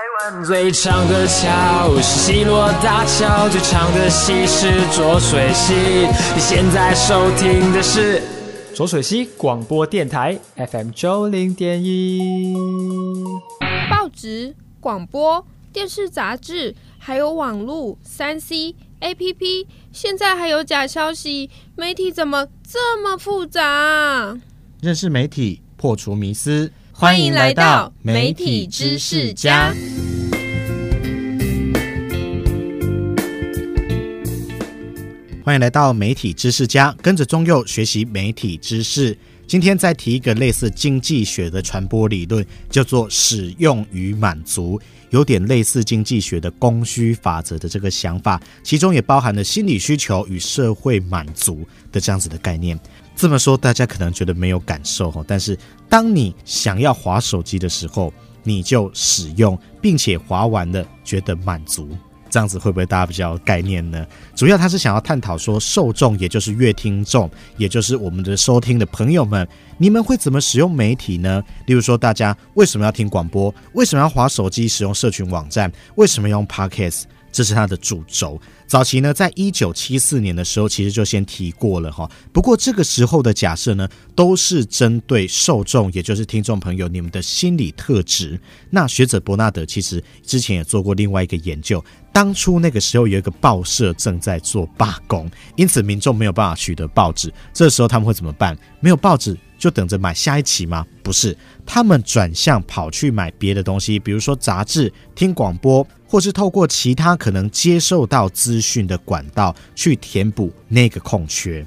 湾最长的桥是西螺大桥，最长的溪是浊水溪。你现在收听的是浊水溪广播电台 FM90.1。 报纸、广播、电视、杂志，还有网络、3C、APP， 现在还有假消息，媒体怎么这么复杂？ 认识媒体，破除迷思， 欢迎来到媒体知识家。 欢迎来到媒体知识家，跟着中佑学习媒体知识。今天再提一个类似经济学的传播理论，叫做使用与满足，有点类似经济学的供需法则的这个想法，其中也包含了心理需求与社会满足的这样子的概念。这么说大家可能觉得没有感受，但是当你想要滑手机的时候，你就使用，并且滑完了觉得满足，这样子会不会大家比较有概念呢？主要他是想要探讨说，受众也就是乐听众，也就是我们的收听的朋友们，你们会怎么使用媒体呢？例如说大家为什么要听广播，为什么要滑手机使用社群网站，为什么要用 Podcast， 这是它的主轴。早期呢，在1974年的时候其实就先提过了，不过这个时候的假设呢，都是针对受众，也就是听众朋友你们的心理特质。那学者伯纳德其实之前也做过另外一个研究，当初那个时候有一个报社正在做罢工，因此民众没有办法取得报纸，这时候他们会怎么办？没有报纸就等着买下一期吗？不是，他们转向跑去买别的东西，比如说杂志、听广播，或是透过其他可能接受到资讯的管道去填补那个空缺。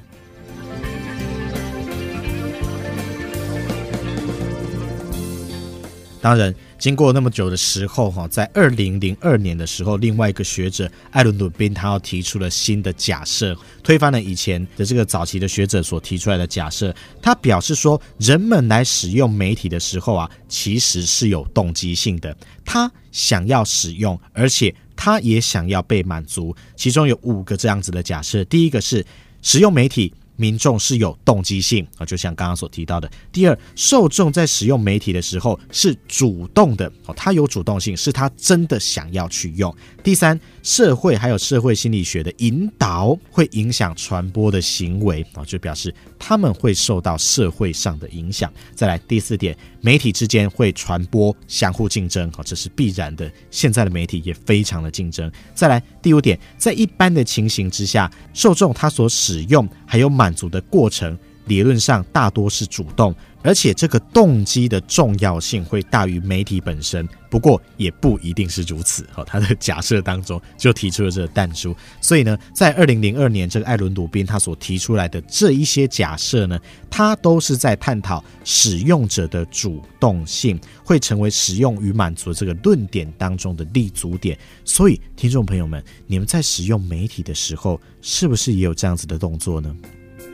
当然经过那么久的时候，在2002年的时候，另外一个学者艾伦鲁宾他要提出了新的假设，推翻了以前的这个早期的学者所提出来的假设。他表示说，人们来使用媒体的时候其实是有动机性的，他想要使用，而且他也想要被满足。其中有5个这样子的假设。第一个是使用媒体民众是有动机性，就像刚刚所提到的。第二，受众在使用媒体的时候是主动的，他有主动性，是他真的想要去用。第三，社会还有社会心理学的引导会影响传播的行为，就表示他们会受到社会上的影响。再来第4点，媒体之间会传播相互竞争，这是必然的，现在的媒体也非常的竞争。再来第5点，在一般的情形之下，受众他所使用还有满足的过程理论上大多是主动，而且这个动机的重要性会大于媒体本身。不过也不一定是如此，他的假设当中就提出了这个但书。所以呢，在2002年这个艾伦鲁宾他所提出来的这一些假设呢，他都是在探讨使用者的主动性会成为使用与满足的这个论点当中的立足点。所以听众朋友们，你们在使用媒体的时候是不是也有这样子的动作呢？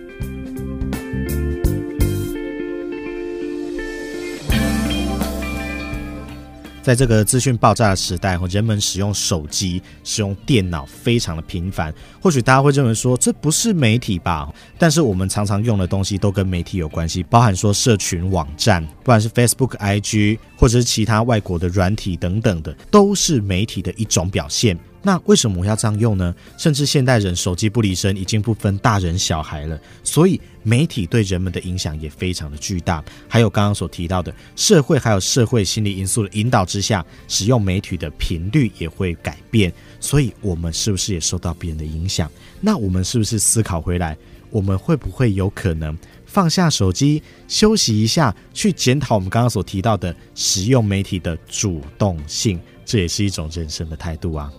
在这个资讯爆炸的时代，人们使用手机、使用电脑非常的频繁。或许大家会认为说，这不是媒体吧？但是我们常常用的东西都跟媒体有关系，包含说社群网站，不管是 Facebook、IG， 或者是其他外国的软体等等的，都是媒体的一种表现。那为什么我要这样用呢？甚至现代人手机不离身，已经不分大人小孩了，所以媒体对人们的影响也非常的巨大。还有刚刚所提到的社会还有社会心理因素的引导之下，使用媒体的频率也会改变，所以我们是不是也受到别人的影响？那我们是不是思考回来，我们会不会有可能放下手机休息一下，去检讨我们刚刚所提到的使用媒体的主动性？这也是一种人生的态度啊。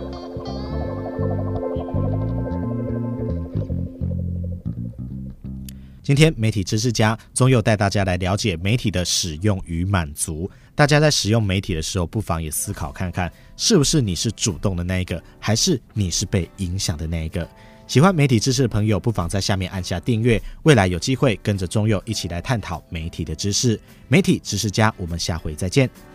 今天媒体知识家宗佑带大家来了解媒体的使用与满足。大家在使用媒体的时候，不妨也思考看看，是不是你是主动的那一个，还是你是被影响的那一个？喜欢媒体知识的朋友，不妨在下面按下订阅，未来有机会跟着宗佑一起来探讨媒体的知识。媒体知识家，我们下回再见。